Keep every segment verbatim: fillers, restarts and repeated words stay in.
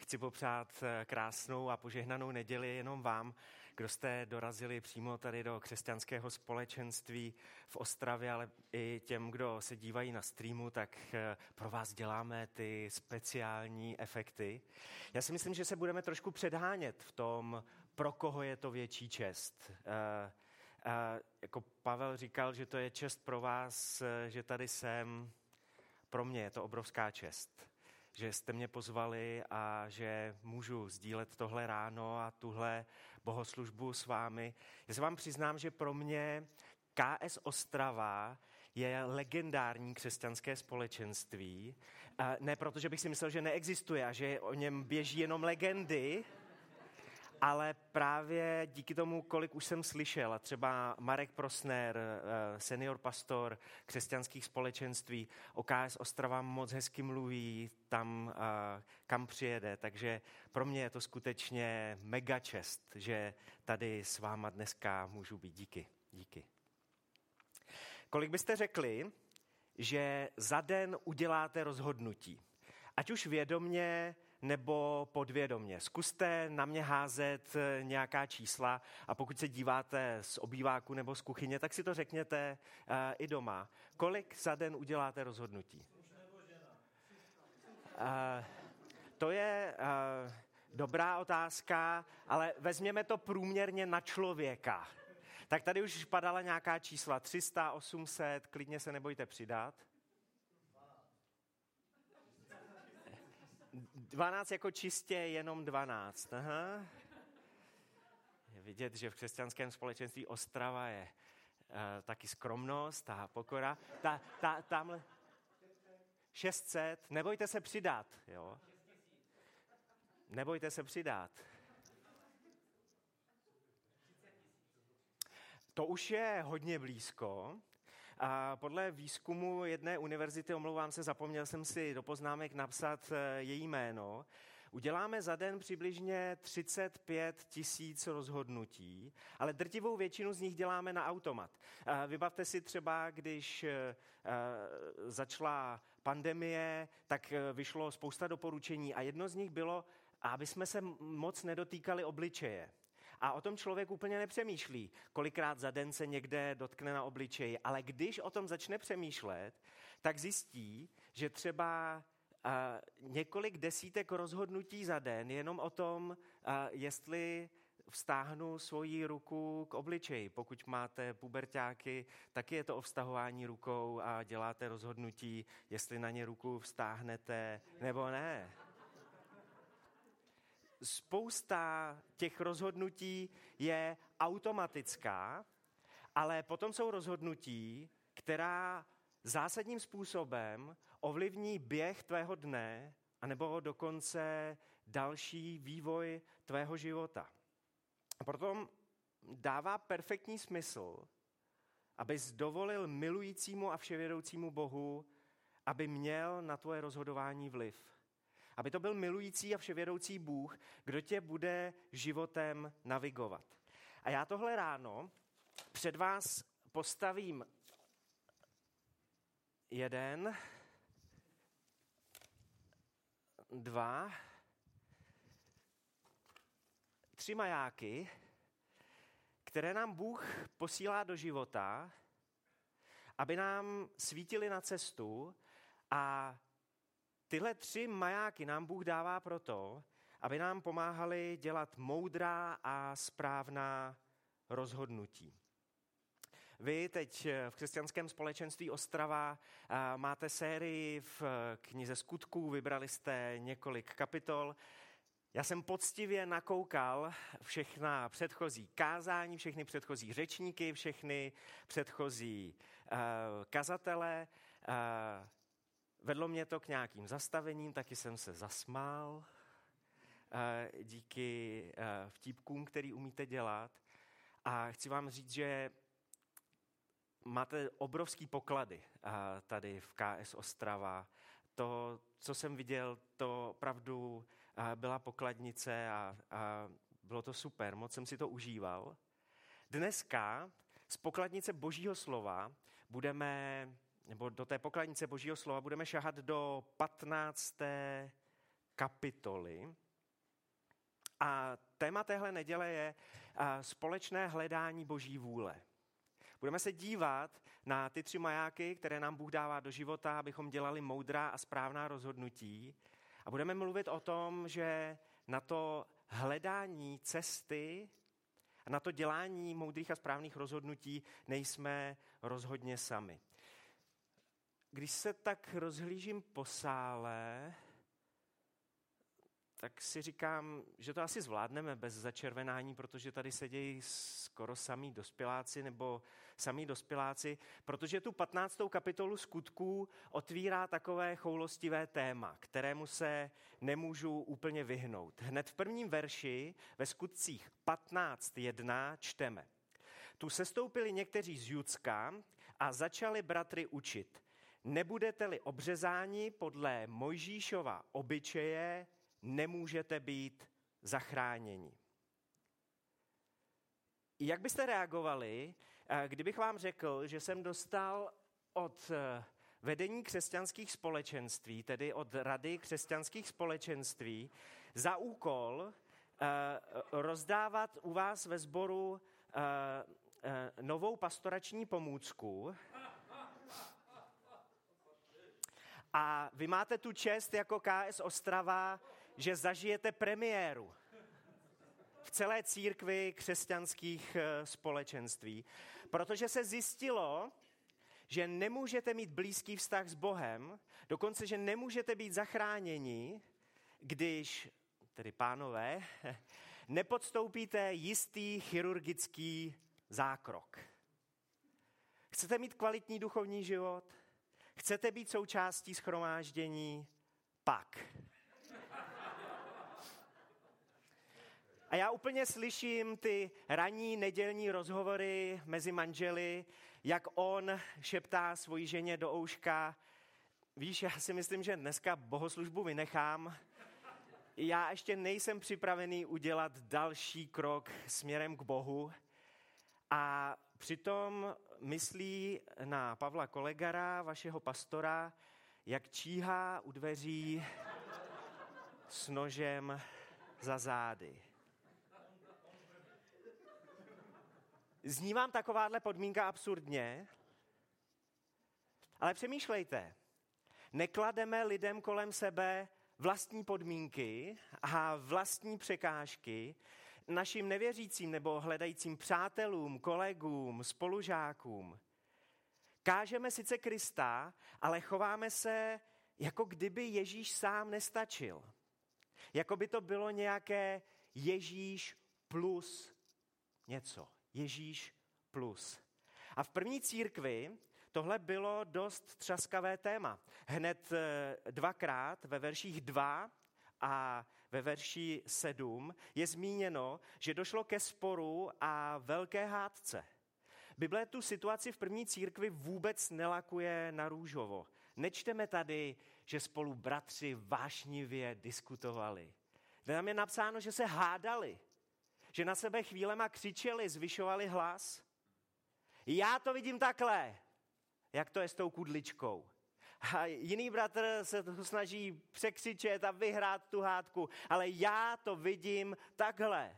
Chci popřát krásnou a požehnanou neděli jenom vám, kdo jste dorazili přímo tady do křesťanského společenství v Ostravě, ale i těm, kdo se dívají na streamu, tak pro vás děláme ty speciální efekty. Já si myslím, že se budeme trošku předhánět v tom, pro koho je to větší čest. A jako Pavel říkal, že to je čest pro vás, že tady jsem, pro mě je to obrovská čest, že jste mě pozvali a že můžu sdílet tohle ráno a tuhle bohoslužbu s vámi. Já se vám přiznám, že pro mě K S Ostrava je legendární křesťanské společenství. Ne proto, že bych si myslel, že neexistuje a že o něm běží jenom legendy, ale právě díky tomu, kolik už jsem slyšel, a třeba Marek Prosner, senior pastor křesťanských společenství, o K S Ostrava moc hezky mluví tam, kam přijede. Takže pro mě je to skutečně mega čest, že tady s váma dneska můžu být. Díky. Díky. Kolik byste řekli, že za den uděláte rozhodnutí? Ať už vědomně, nebo podvědomě. Zkuste na mě házet nějaká čísla a pokud se díváte z obýváku nebo z kuchyně, tak si to řekněte uh, i doma. Kolik za den uděláte rozhodnutí? Uh, to je uh, dobrá otázka, ale vezměme to průměrně na člověka. Tak tady už padala nějaká čísla. tři sta, osm set, klidně se nebojte přidat. dvanáct jako čistě jenom dvanáct. Aha. Je vidět, že v křesťanském společenství Ostrava je uh, taky skromnost a pokora. Ta, ta, tamhle šest set. Nebojte se přidat. Jo? Nebojte se přidat. To už je hodně blízko. A podle výzkumu jedné univerzity, omlouvám se, zapomněl jsem si do poznámek napsat její jméno, uděláme za den přibližně třicet pět tisíc rozhodnutí, ale drtivou většinu z nich děláme na automat. Vybavte si třeba, když začala pandemie, tak vyšlo spousta doporučení a jedno z nich bylo, aby jsme se moc nedotýkali obličeje. A o tom člověk úplně nepřemýšlí, kolikrát za den se někde dotkne na obličeji. Ale když o tom začne přemýšlet, tak zjistí, že třeba uh, několik desítek rozhodnutí za den jenom o tom, uh, jestli vztáhnu svoji ruku k obličeji. Pokud máte puberťáky, taky je to o vztahování rukou a děláte rozhodnutí, jestli na ně ruku vztáhnete nebo ne. Spousta těch rozhodnutí je automatická, ale potom jsou rozhodnutí, která zásadním způsobem ovlivní běh tvého dne anebo dokonce další vývoj tvého života. A proto dává perfektní smysl, abys dovolil milujícímu a vševědoucímu Bohu, aby měl na tvoje rozhodování vliv. Aby to byl milující a vševědoucí Bůh, kdo tě bude životem navigovat. A já tohle ráno před vás postavím jeden, dva, tři majáky, které nám Bůh posílá do života, aby nám svítili na cestu a tyhle tři majáky nám Bůh dává proto, aby nám pomáhali dělat moudrá a správná rozhodnutí. Vy teď v křesťanském společenství Ostrava máte sérii v knize Skutků, vybrali jste několik kapitol. Já jsem poctivě nakoukal všechna předchozí kázání, všechny předchozí řečníky, všechny předchozí uh, kazatele. Uh, vedlo mě to k nějakým zastavením, taky jsem se zasmál uh, díky uh, vtípkům, který umíte dělat. A chci vám říct, že máte obrovský poklady uh, tady v K S Ostrava. To, co jsem viděl, to opravdu byla pokladnice a, a bylo to super, moc jsem si to užíval. Dneska z pokladnice Božího slova budeme, nebo do té pokladnice Božího slova budeme šahat do patnácté kapitoly. A téma téhle neděle je společné hledání Boží vůle. Budeme se dívat na ty tři majáky, které nám Bůh dává do života, abychom dělali moudrá a správná rozhodnutí. A budeme mluvit o tom, že na to hledání cesty a na to dělání moudrých a správných rozhodnutí nejsme rozhodně sami. Když se tak rozhlížím po sále, tak si říkám, že to asi zvládneme bez začervenání, protože tady sedějí skoro samí dospěláci nebo samí dospěláci, protože tu patnáctou kapitolu Skutků otvírá takové choulostivé téma, kterému se nemůžu úplně vyhnout. Hned v prvním verši ve Skutcích patnáct jedna čteme. Tu sestoupili někteří z Judska a začali bratry učit. Nebudete-li obřezáni podle Mojžíšova obyčeje, nemůžete být zachráněni. Jak byste reagovali, kdybych vám řekl, že jsem dostal od vedení křesťanských společenství, tedy od Rady křesťanských společenství, za úkol rozdávat u vás ve sboru novou pastorační pomůcku a vy máte tu čest jako K S Ostrava, že zažijete premiéru v celé církvi křesťanských společenství, protože se zjistilo, že nemůžete mít blízký vztah s Bohem, dokonce, že nemůžete být zachráněni, když, tedy pánové, nepodstoupíte jistý chirurgický zákrok. Chcete mít kvalitní duchovní život? Chcete být součástí shromáždění? Pak. A já úplně slyším ty ranní nedělní rozhovory mezi manželi, jak on šeptá svojí ženě do ouška, víš, já si myslím, že dneska bohoslužbu vynechám. Já ještě nejsem připravený udělat další krok směrem k Bohu. A přitom myslí na Pavla Kolegara, vašeho pastora, jak číhá u dveří s nožem za zády. Zní vám takováhle podmínka absurdně? Ale přemýšlejte. Neklademe lidem kolem sebe vlastní podmínky a vlastní překážky, našim nevěřícím nebo hledajícím přátelům, kolegům, spolužákům. Kážeme sice Krista, ale chováme se, jako kdyby Ježíš sám nestačil. Jako by to bylo nějaké Ježíš plus něco. Ježíš plus. A v první církvi tohle bylo dost třaskavé téma. Hned dvakrát ve verších dva a ve verši sedm je zmíněno, že došlo ke sporu a velké hádce. Bible tu situaci v první církvi vůbec nelakuje na růžovo. Nečteme tady, že spolu bratři vášnivě diskutovali. Tam je napsáno, že se hádali, že na sebe chvílema křičeli, zvyšovali hlas. Já to vidím takhle, jak to je s tou kudličkou. A jiný bratr se to snaží překřičet a vyhrát tu hádku, ale já to vidím takhle.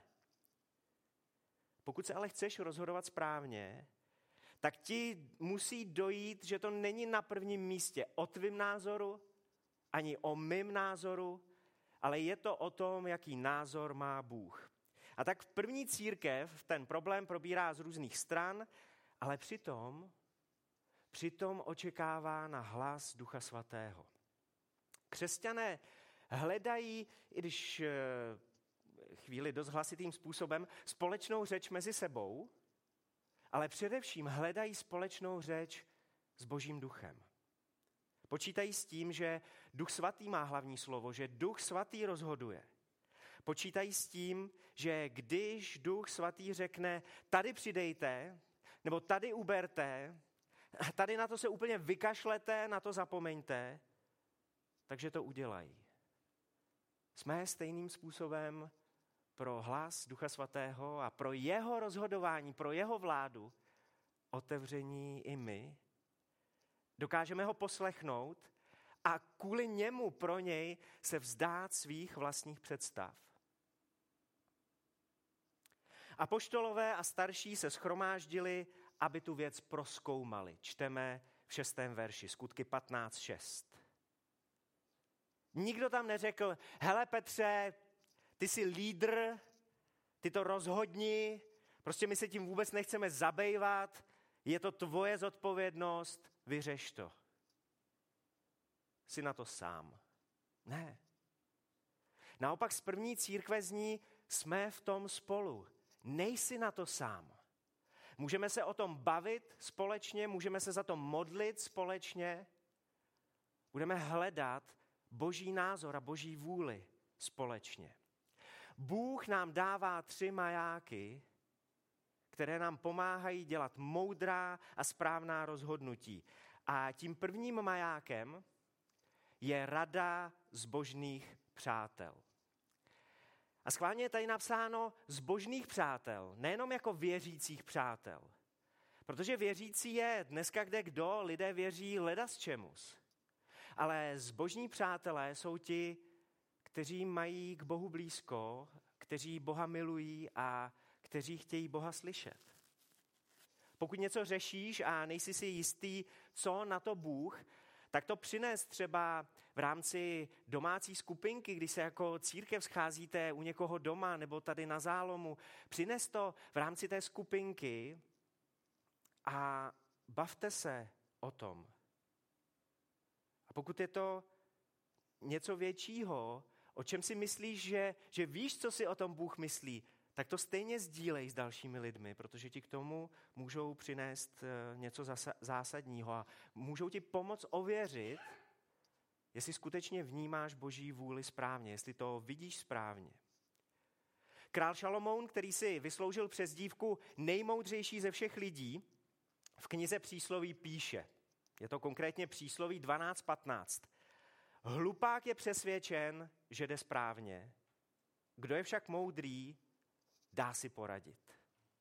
Pokud se ale chceš rozhodovat správně, tak ti musí dojít, že to není na prvním místě o tvým názoru, ani o mým názoru, ale je to o tom, jaký názor má Bůh. A tak v první církev ten problém probírá z různých stran, ale přitom, přitom očekává na hlas Ducha Svatého. Křesťané hledají, i když chvíli dost hlasitým způsobem, společnou řeč mezi sebou, ale především hledají společnou řeč s Božím duchem. Počítají s tím, že Duch Svatý má hlavní slovo, že Duch Svatý rozhoduje. Počítají s tím, že když Duch Svatý řekne, tady přidejte, nebo tady uberte, tady na to se úplně vykašlete, na to zapomeňte, takže to udělají. Jsme stejným způsobem pro hlas Ducha Svatého a pro jeho rozhodování, pro jeho vládu otevření i my. Dokážeme ho poslechnout a kvůli němu pro něj se vzdát svých vlastních představ. Apoštolové a starší se shromáždili, aby tu věc prozkoumali. Čteme v šestém verši, Skutky patnáct šest. Nikdo tam neřekl, hele Petře, ty jsi lídr, ty to rozhodni, prostě my se tím vůbec nechceme zabývat, je to tvoje zodpovědnost, vyřeš to. Jsi na to sám. Ne. Naopak z první církve zní, jsme v tom spolu. Nejsi na to sám. Můžeme se o tom bavit společně, můžeme se za to modlit společně, budeme hledat Boží názor a Boží vůli společně. Bůh nám dává tři majáky, které nám pomáhají dělat moudrá a správná rozhodnutí. A tím prvním majákem je rada zbožných přátel. A schválně je tady napsáno zbožných přátel, nejenom jako věřících přátel. Protože věřící je dneska kde kdo, lidé věří ledas čemus. Ale zbožní přátelé jsou ti, kteří mají k Bohu blízko, kteří Boha milují a kteří chtějí Boha slyšet. Pokud něco řešíš a nejsi si jistý, co na to Bůh, tak to přines třeba v rámci domácí skupinky, když se jako církev scházíte u někoho doma nebo tady na Zálomu. Přines to v rámci té skupinky a bavte se o tom. A pokud je to něco většího, o čem si myslíš, že, že víš, co si o tom Bůh myslí, tak to stejně sdílej s dalšími lidmi, protože ti k tomu můžou přinést něco zásadního a můžou ti pomoct ověřit, jestli skutečně vnímáš Boží vůli správně, jestli to vidíš správně. Král Šalomoun, který si vysloužil přezdívku nejmoudřejší ze všech lidí, v knize Přísloví píše, je to konkrétně Přísloví dvanáct patnáct. Hlupák je přesvědčen, že jde správně. Kdo je však moudrý, dá si poradit.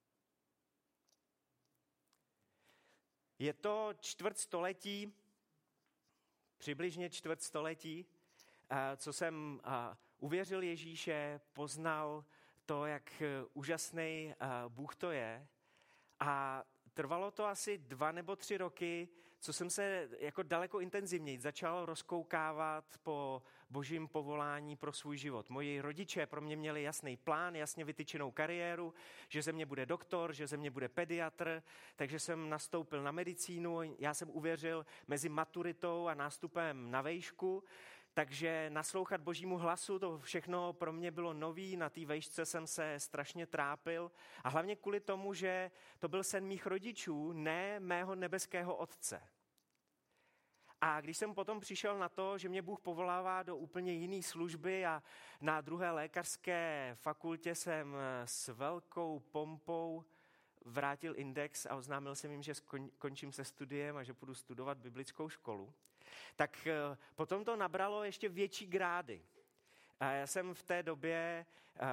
Je to čtvrt století, přibližně čtvrt století, co jsem uvěřil Ježíše, poznal to, jak úžasný Bůh to je. A trvalo to asi dva nebo tři roky, co jsem se jako daleko intenzivněji začal rozkoukávat po Božím povolání pro svůj život. Moji rodiče pro mě měli jasný plán, jasně vytyčenou kariéru, že ze mě bude doktor, že ze mě bude pediatr, takže jsem nastoupil na medicínu, já jsem uvěřil mezi maturitou a nástupem na vejšku, takže naslouchat Božímu hlasu, to všechno pro mě bylo nový, na té vejšce jsem se strašně trápil a hlavně kvůli tomu, že to byl sen mých rodičů, ne mého nebeského otce. A když jsem potom přišel na to, že mě Bůh povolává do úplně jiné služby a na druhé lékařské fakultě jsem s velkou pompou vrátil index a oznámil jsem jim, že končím se studiem a že půjdu studovat biblickou školu, tak potom to nabralo ještě větší grády. A já jsem v té době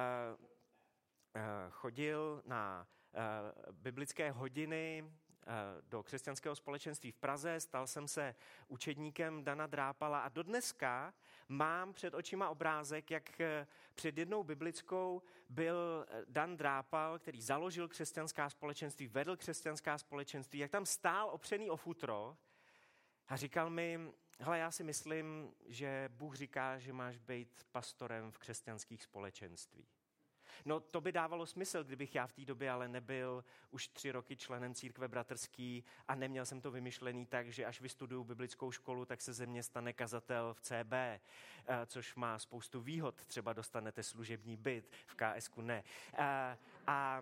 chodil na biblické hodiny do křesťanského společenství v Praze, stal jsem se učedníkem Dana Drápala a dodneska mám před očima obrázek, jak před jednou biblickou byl Dan Drápal, který založil křesťanská společenství, vedl křesťanská společenství, jak tam stál opřený o futro a říkal mi, hele, já si myslím, že Bůh říká, že máš být pastorem v křesťanských společenství. No to by dávalo smysl, kdybych já v té době ale nebyl už tři roky členem církve bratrský a neměl jsem to vymyšlený tak, že až vystuduju biblickou školu, tak se ze mě stane kazatel v C B, což má spoustu výhod. Třeba dostanete služební byt, v K S ku ne. A, a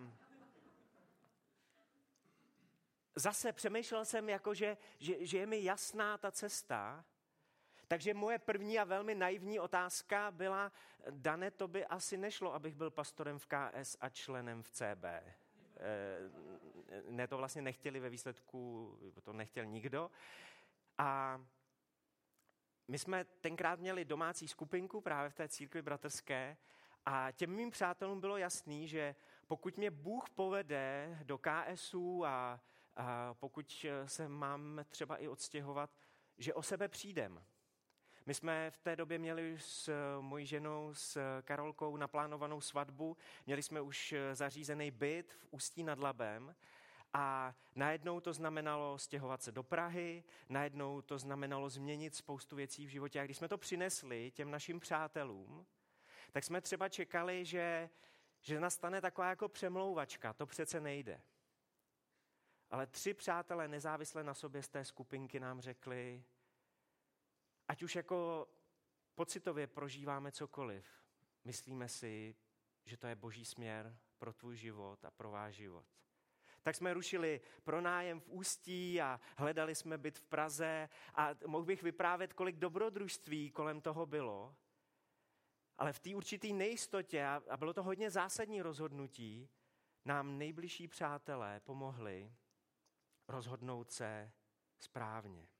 zase přemýšlel jsem, jako že, že, že je mi jasná ta cesta. Takže moje první a velmi naivní otázka byla, Dane, to by asi nešlo, abych byl pastorem v K S a členem v C B. E, ne, to vlastně nechtěli ve výsledku, to nechtěl nikdo. A my jsme tenkrát měli domácí skupinku právě v té církvi bratrské a těm mým přátelům bylo jasný, že pokud mě Bůh povede do K S U a, a pokud se mám třeba i odstěhovat, že o sebe přijdem. My jsme v té době měli s mojí ženou, s Karolkou, naplánovanou svatbu. Měli jsme už zařízený byt v Ústí nad Labem a najednou to znamenalo stěhovat se do Prahy, najednou to znamenalo změnit spoustu věcí v životě. A když jsme to přinesli těm našim přátelům, tak jsme třeba čekali, že, že nastane taková jako přemlouvačka. To přece nejde. Ale tři přátelé nezávisle na sobě z té skupinky nám řekli, ať už jako pocitově prožíváme cokoliv, myslíme si, že to je boží směr pro tvůj život a pro váš život. Tak jsme rušili pronájem v Ústí a hledali jsme byt v Praze a mohl bych vyprávět, kolik dobrodružství kolem toho bylo. Ale v té určitý nejistotě, a bylo to hodně zásadní rozhodnutí, nám nejbližší přátelé pomohli rozhodnout se správně.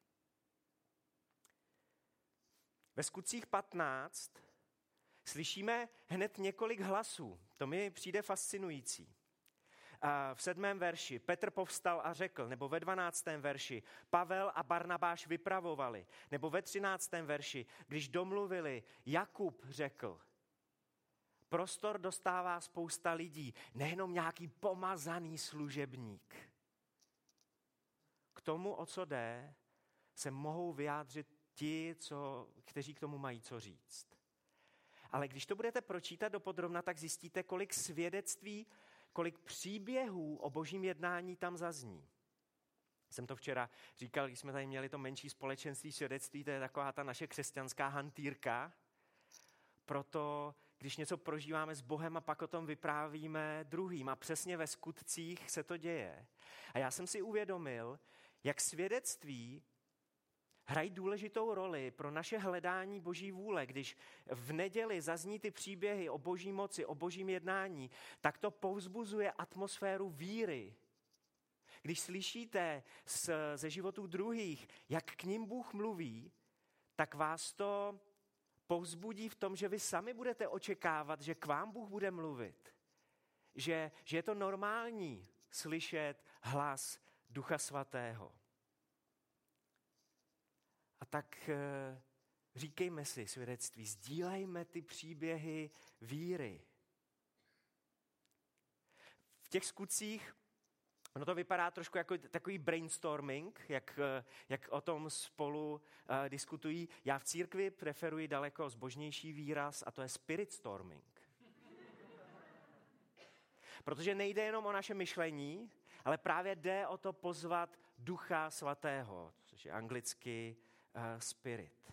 Ve Skutcích patnáct slyšíme hned několik hlasů. To mi přijde fascinující. V sedmém verši Petr povstal a řekl, nebo ve dvanáctém verši Pavel a Barnabáš vypravovali, nebo ve třináctém verši, když domluvili, Jakub řekl. Prostor dostává spousta lidí, nejenom nějaký pomazaný služebník. K tomu, o co jde, se mohou vyjádřit ti, co, kteří k tomu mají co říct. Ale když to budete pročítat dopodrobna, tak zjistíte, kolik svědectví, kolik příběhů o božím jednání tam zazní. Jsem to včera říkal, když jsme tady měli to menší společenství svědectví, to je taková ta naše křesťanská hantýrka. Proto, když něco prožíváme s Bohem a pak o tom vyprávíme druhým. A přesně ve skutcích se to děje. A já jsem si uvědomil, jak svědectví hrají důležitou roli pro naše hledání boží vůle. Když v neděli zazní ty příběhy o boží moci, o božím jednání, tak to povzbuzuje atmosféru víry. Když slyšíte z, ze životů druhých, jak k nim Bůh mluví, tak vás to povzbudí v tom, že vy sami budete očekávat, že k vám Bůh bude mluvit. Že, že je to normální slyšet hlas Ducha Svatého. A tak e, říkejme si svědectví, sdílejme ty příběhy víry. V těch skutcích, ono to vypadá trošku jako takový brainstorming, jak, jak o tom spolu e, diskutují. Já v církvi preferuji daleko zbožnější výraz a to je spirit storming. Protože nejde jenom o naše myšlení, ale právě jde o to pozvat Ducha Svatého, což je anglicky uh, spirit.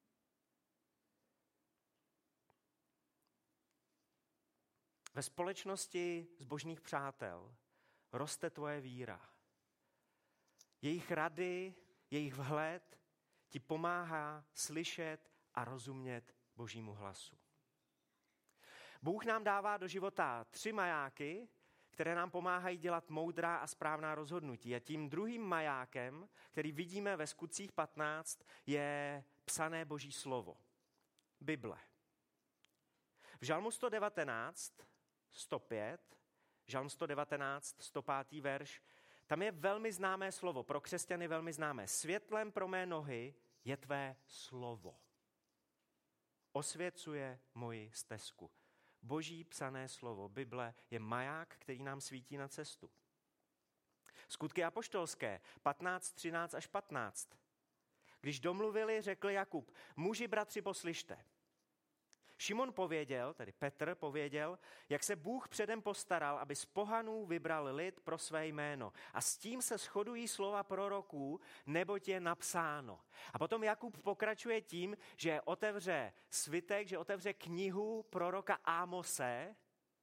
Ve společnosti zbožných přátel roste tvoje víra. Jejich rady, jejich vhled ti pomáhá slyšet a rozumět Božímu hlasu. Bůh nám dává do života tři majáky, které nám pomáhají dělat moudrá a správná rozhodnutí. A tím druhým majákem, který vidíme ve Skutcích patnáct, je psané Boží slovo. Bible. V Žalmu sto devatenáct, sto pět, Žalm sto devatenáct, sto pátý verš, tam je velmi známé slovo, pro křesťany velmi známé. Světlem pro mé nohy je tvé slovo. Osvěcuje moji stezku. Boží psané slovo, Bible, je maják, který nám svítí na cestu. Skutky apoštolské, patnáct, třináct až patnáct. Když domluvili, řekl Jakub, muži, bratři, poslyšte. Šimon pověděl, tedy Petr pověděl, jak se Bůh předem postaral, aby z pohanů vybral lid pro své jméno. A s tím se shodují slova proroků, neboť je napsáno. A potom Jakub pokračuje tím, že otevře svitek, že otevře knihu proroka Ámose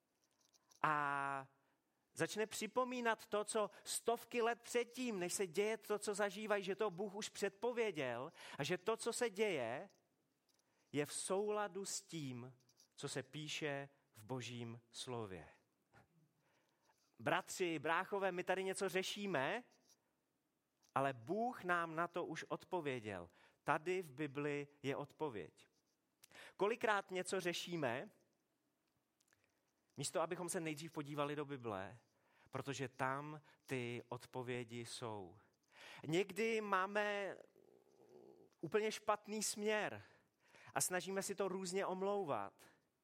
a začne připomínat to, co stovky let předtím, než se děje to, co zažívají, že to Bůh už předpověděl a že to, co se děje, je v souladu s tím, co se píše v Božím slově. Bratři, bráchové, my tady něco řešíme, ale Bůh nám na to už odpověděl. Tady v Bibli je odpověď. Kolikrát něco řešíme, místo abychom se nejdřív podívali do Bible, protože tam ty odpovědi jsou. Někdy máme úplně špatný směr. A snažíme si to různě omlouvat.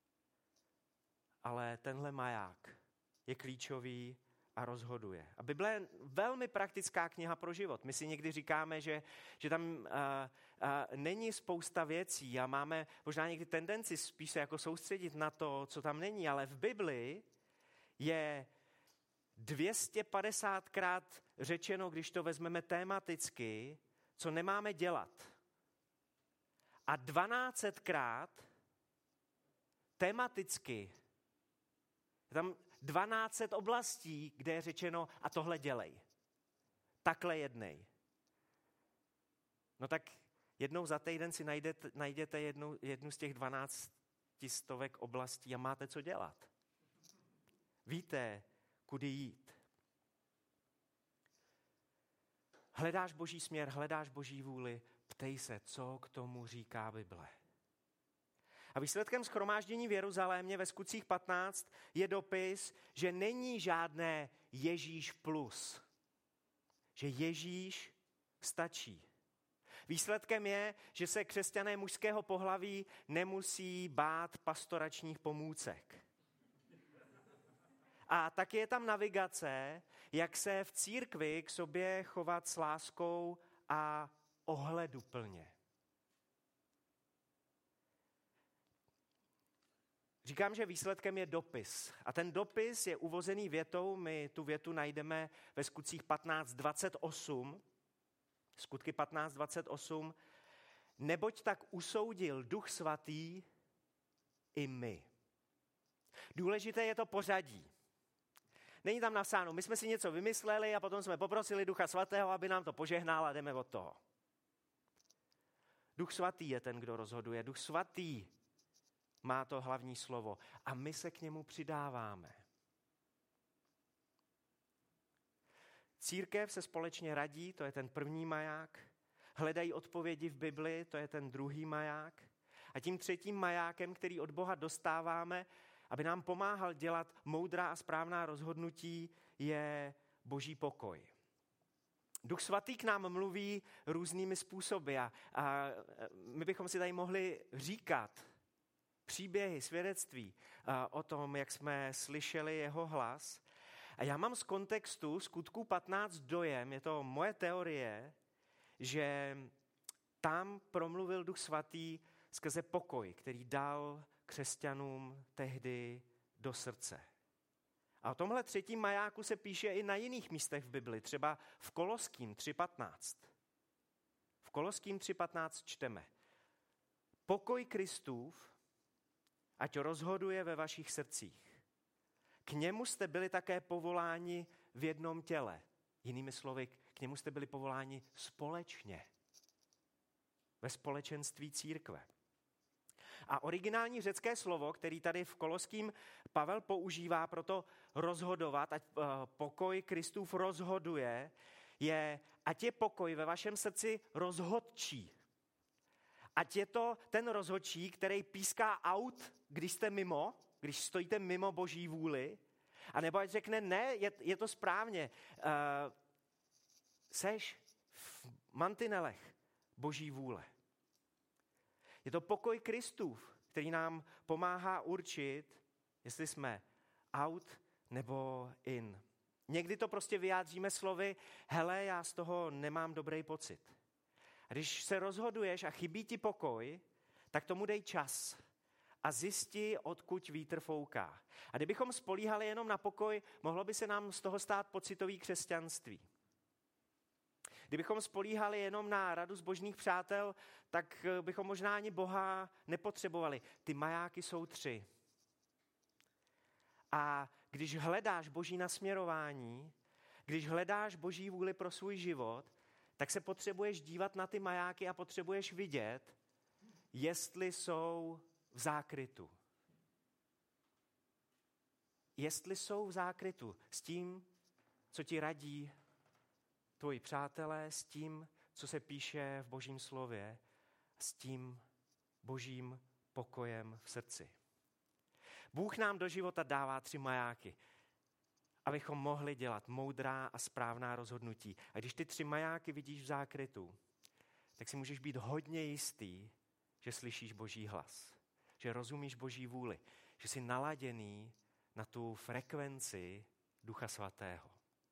Ale tenhle maják je klíčový a rozhoduje. A Bible je velmi praktická kniha pro život. My si někdy říkáme, že, že tam uh, uh, není spousta věcí a máme možná někdy tendenci spíš se jako soustředit na to, co tam není, ale v Bibli je dvě stě padesátkrát řečeno, když to vezmeme tematicky, co nemáme dělat. A dvanáctkrát tematicky. Je tam dvanáct set oblastí, kde je řečeno a tohle dělej. Takhle jednej. No tak jednou za týden si najdete, najdete jednu, jednu z těch dvanácti stovek oblastí a máte co dělat. Víte, kudy jít. Hledáš Boží směr, hledáš Boží vůli, ptej se, co k tomu říká Bible. A výsledkem shromáždění v Jeruzalémě ve Skutcích patnáct je dopis, že není žádné Ježíš plus. Že Ježíš stačí. Výsledkem je, že se křesťané mužského pohlaví nemusí bát pastoračních pomůcek. A taky je tam navigace, jak se v církvi k sobě chovat s láskou a ohleduplně. Říkám, že výsledkem je dopis. A ten dopis je uvozený větou, my tu větu najdeme ve Skutcích patnáct dvacet osm. Skutky patnáct dvacet osm. Neboť tak usoudil Duch Svatý i my. Důležité je to pořadí. Není tam napsáno, my jsme si něco vymysleli a potom jsme poprosili Ducha Svatého, aby nám to požehnal a jdeme od toho. Duch Svatý je ten, kdo rozhoduje. Duch Svatý má to hlavní slovo a my se k němu přidáváme. Církev se společně radí, to je ten první maják. Hledají odpovědi v Bibli, to je ten druhý maják. A tím třetím majákem, který od Boha dostáváme, aby nám pomáhal dělat moudrá a správná rozhodnutí, je Boží pokoj. Duch Svatý k nám mluví různými způsoby a, a my bychom si tady mohli říkat příběhy, svědectví o tom, jak jsme slyšeli jeho hlas. A já mám z kontextu Skutků patnáct dojem, je to moje teorie, že tam promluvil Duch Svatý skrze pokoj, který dal křesťanům tehdy do srdce. A o tomhle třetím majáku se píše i na jiných místech v Bibli, třeba v Koloským tři patnáct. V Koloským tři patnáct čteme: Pokoj Kristův, ať rozhoduje ve vašich srdcích. K němu jste byli také povoláni v jednom těle. Jinými slovy, k němu jste byli povoláni společně. Ve společenství církve. A originální řecké slovo, který tady v Koloským Pavel používá pro to rozhodovat, ať pokoj Kristův rozhoduje, je ať je pokoj ve vašem srdci rozhodčí. Ať je to ten rozhodčí, který píská aut, když jste mimo, když stojíte mimo Boží vůli, anebo ať řekne ne, je, je to správně. Uh, seš v mantinelech Boží vůle. Je to pokoj Kristův, který nám pomáhá určit, jestli jsme out nebo in. Někdy to prostě vyjádříme slovy, hele, já z toho nemám dobrý pocit. A když se rozhoduješ a chybí ti pokoj, tak tomu dej čas a zjisti, odkud vítr fouká. A kdybychom spolíhali jenom na pokoj, mohlo by se nám z toho stát pocitový křesťanství. Kdybychom spolíhali jenom na radu zbožných přátel, tak bychom možná ani Boha nepotřebovali. Ty majáky jsou tři. A když hledáš Boží nasměrování, když hledáš Boží vůli pro svůj život, tak se potřebuješ dívat na ty majáky a potřebuješ vidět, jestli jsou v zákrytu. Jestli jsou v zákrytu s tím, co ti radí tvoji přátelé, s tím, co se píše v Božím slově, s tím Božím pokojem v srdci. Bůh nám do života dává tři majáky, abychom mohli dělat moudrá a správná rozhodnutí. A když ty tři majáky vidíš v zákrytu, tak si můžeš být hodně jistý, že slyšíš Boží hlas, že rozumíš Boží vůli, že jsi naladěný na tu frekvenci Ducha Svatého.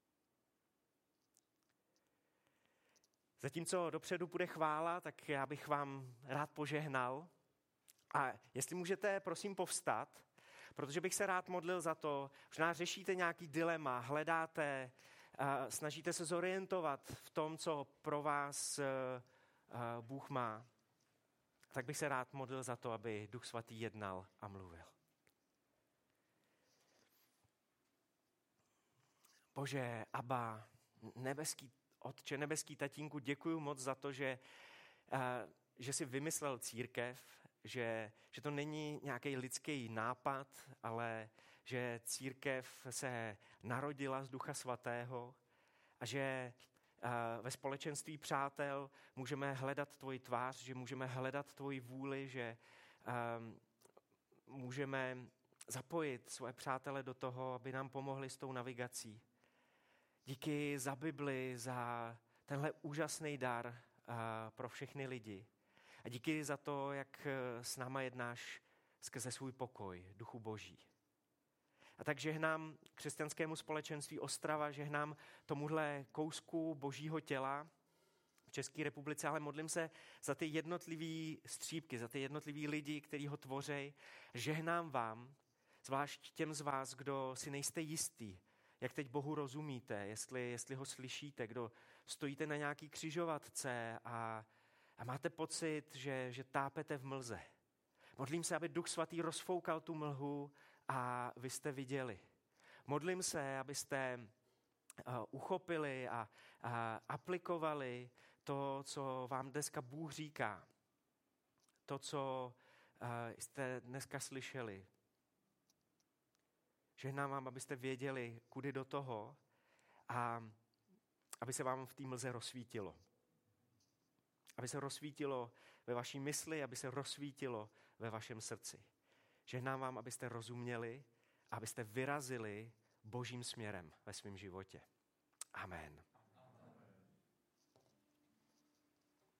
Zatímco dopředu bude chvála, tak já bych vám rád požehnal. A jestli můžete, prosím, povstat, protože bych se rád modlil za to, možná řešíte nějaký dilema, hledáte, snažíte se zorientovat v tom, co pro vás Bůh má, tak bych se rád modlil za to, aby Duch Svatý jednal a mluvil. Bože, Abba, nebeský Otče, nebeský tatínku, děkuju moc za to, že, že jsi vymyslel církev, že, že to není nějaký lidský nápad, ale že církev se narodila z Ducha Svatého a že ve společenství přátel můžeme hledat tvoji tvář, že můžeme hledat tvoji vůli, že můžeme zapojit svoje přátele do toho, aby nám pomohli s tou navigací. Díky za Bibli, za tenhle úžasný dar pro všechny lidi. A díky za to, jak s náma jednáš skrze svůj pokoj, Duchu Boží. A tak žehnám křesťanskému společenství Ostrava, žehnám tomuhle kousku Božího těla v České republice, ale modlím se za ty jednotlivý střípky, za ty jednotlivý lidi, kteří ho tvoří. Žehnám vám, zvlášť těm z vás, kdo si nejste jistý, jak teď Bohu rozumíte, jestli, jestli ho slyšíte, kdo stojíte na nějaký křižovatce a, a máte pocit, že, že tápete v mlze. Modlím se, aby Duch Svatý rozfoukal tu mlhu a vy jste viděli. Modlím se, abyste uh, uchopili a, a aplikovali to, co vám dneska Bůh říká. To, co uh, jste dneska slyšeli. Žehnám vám, abyste věděli, kudy do toho a aby se vám v té mlze rozsvítilo. Aby se rozsvítilo ve vaší mysli, aby se rozsvítilo ve vašem srdci. Žehnám vám, abyste rozuměli a abyste vyrazili Božím směrem ve svém životě. Amen.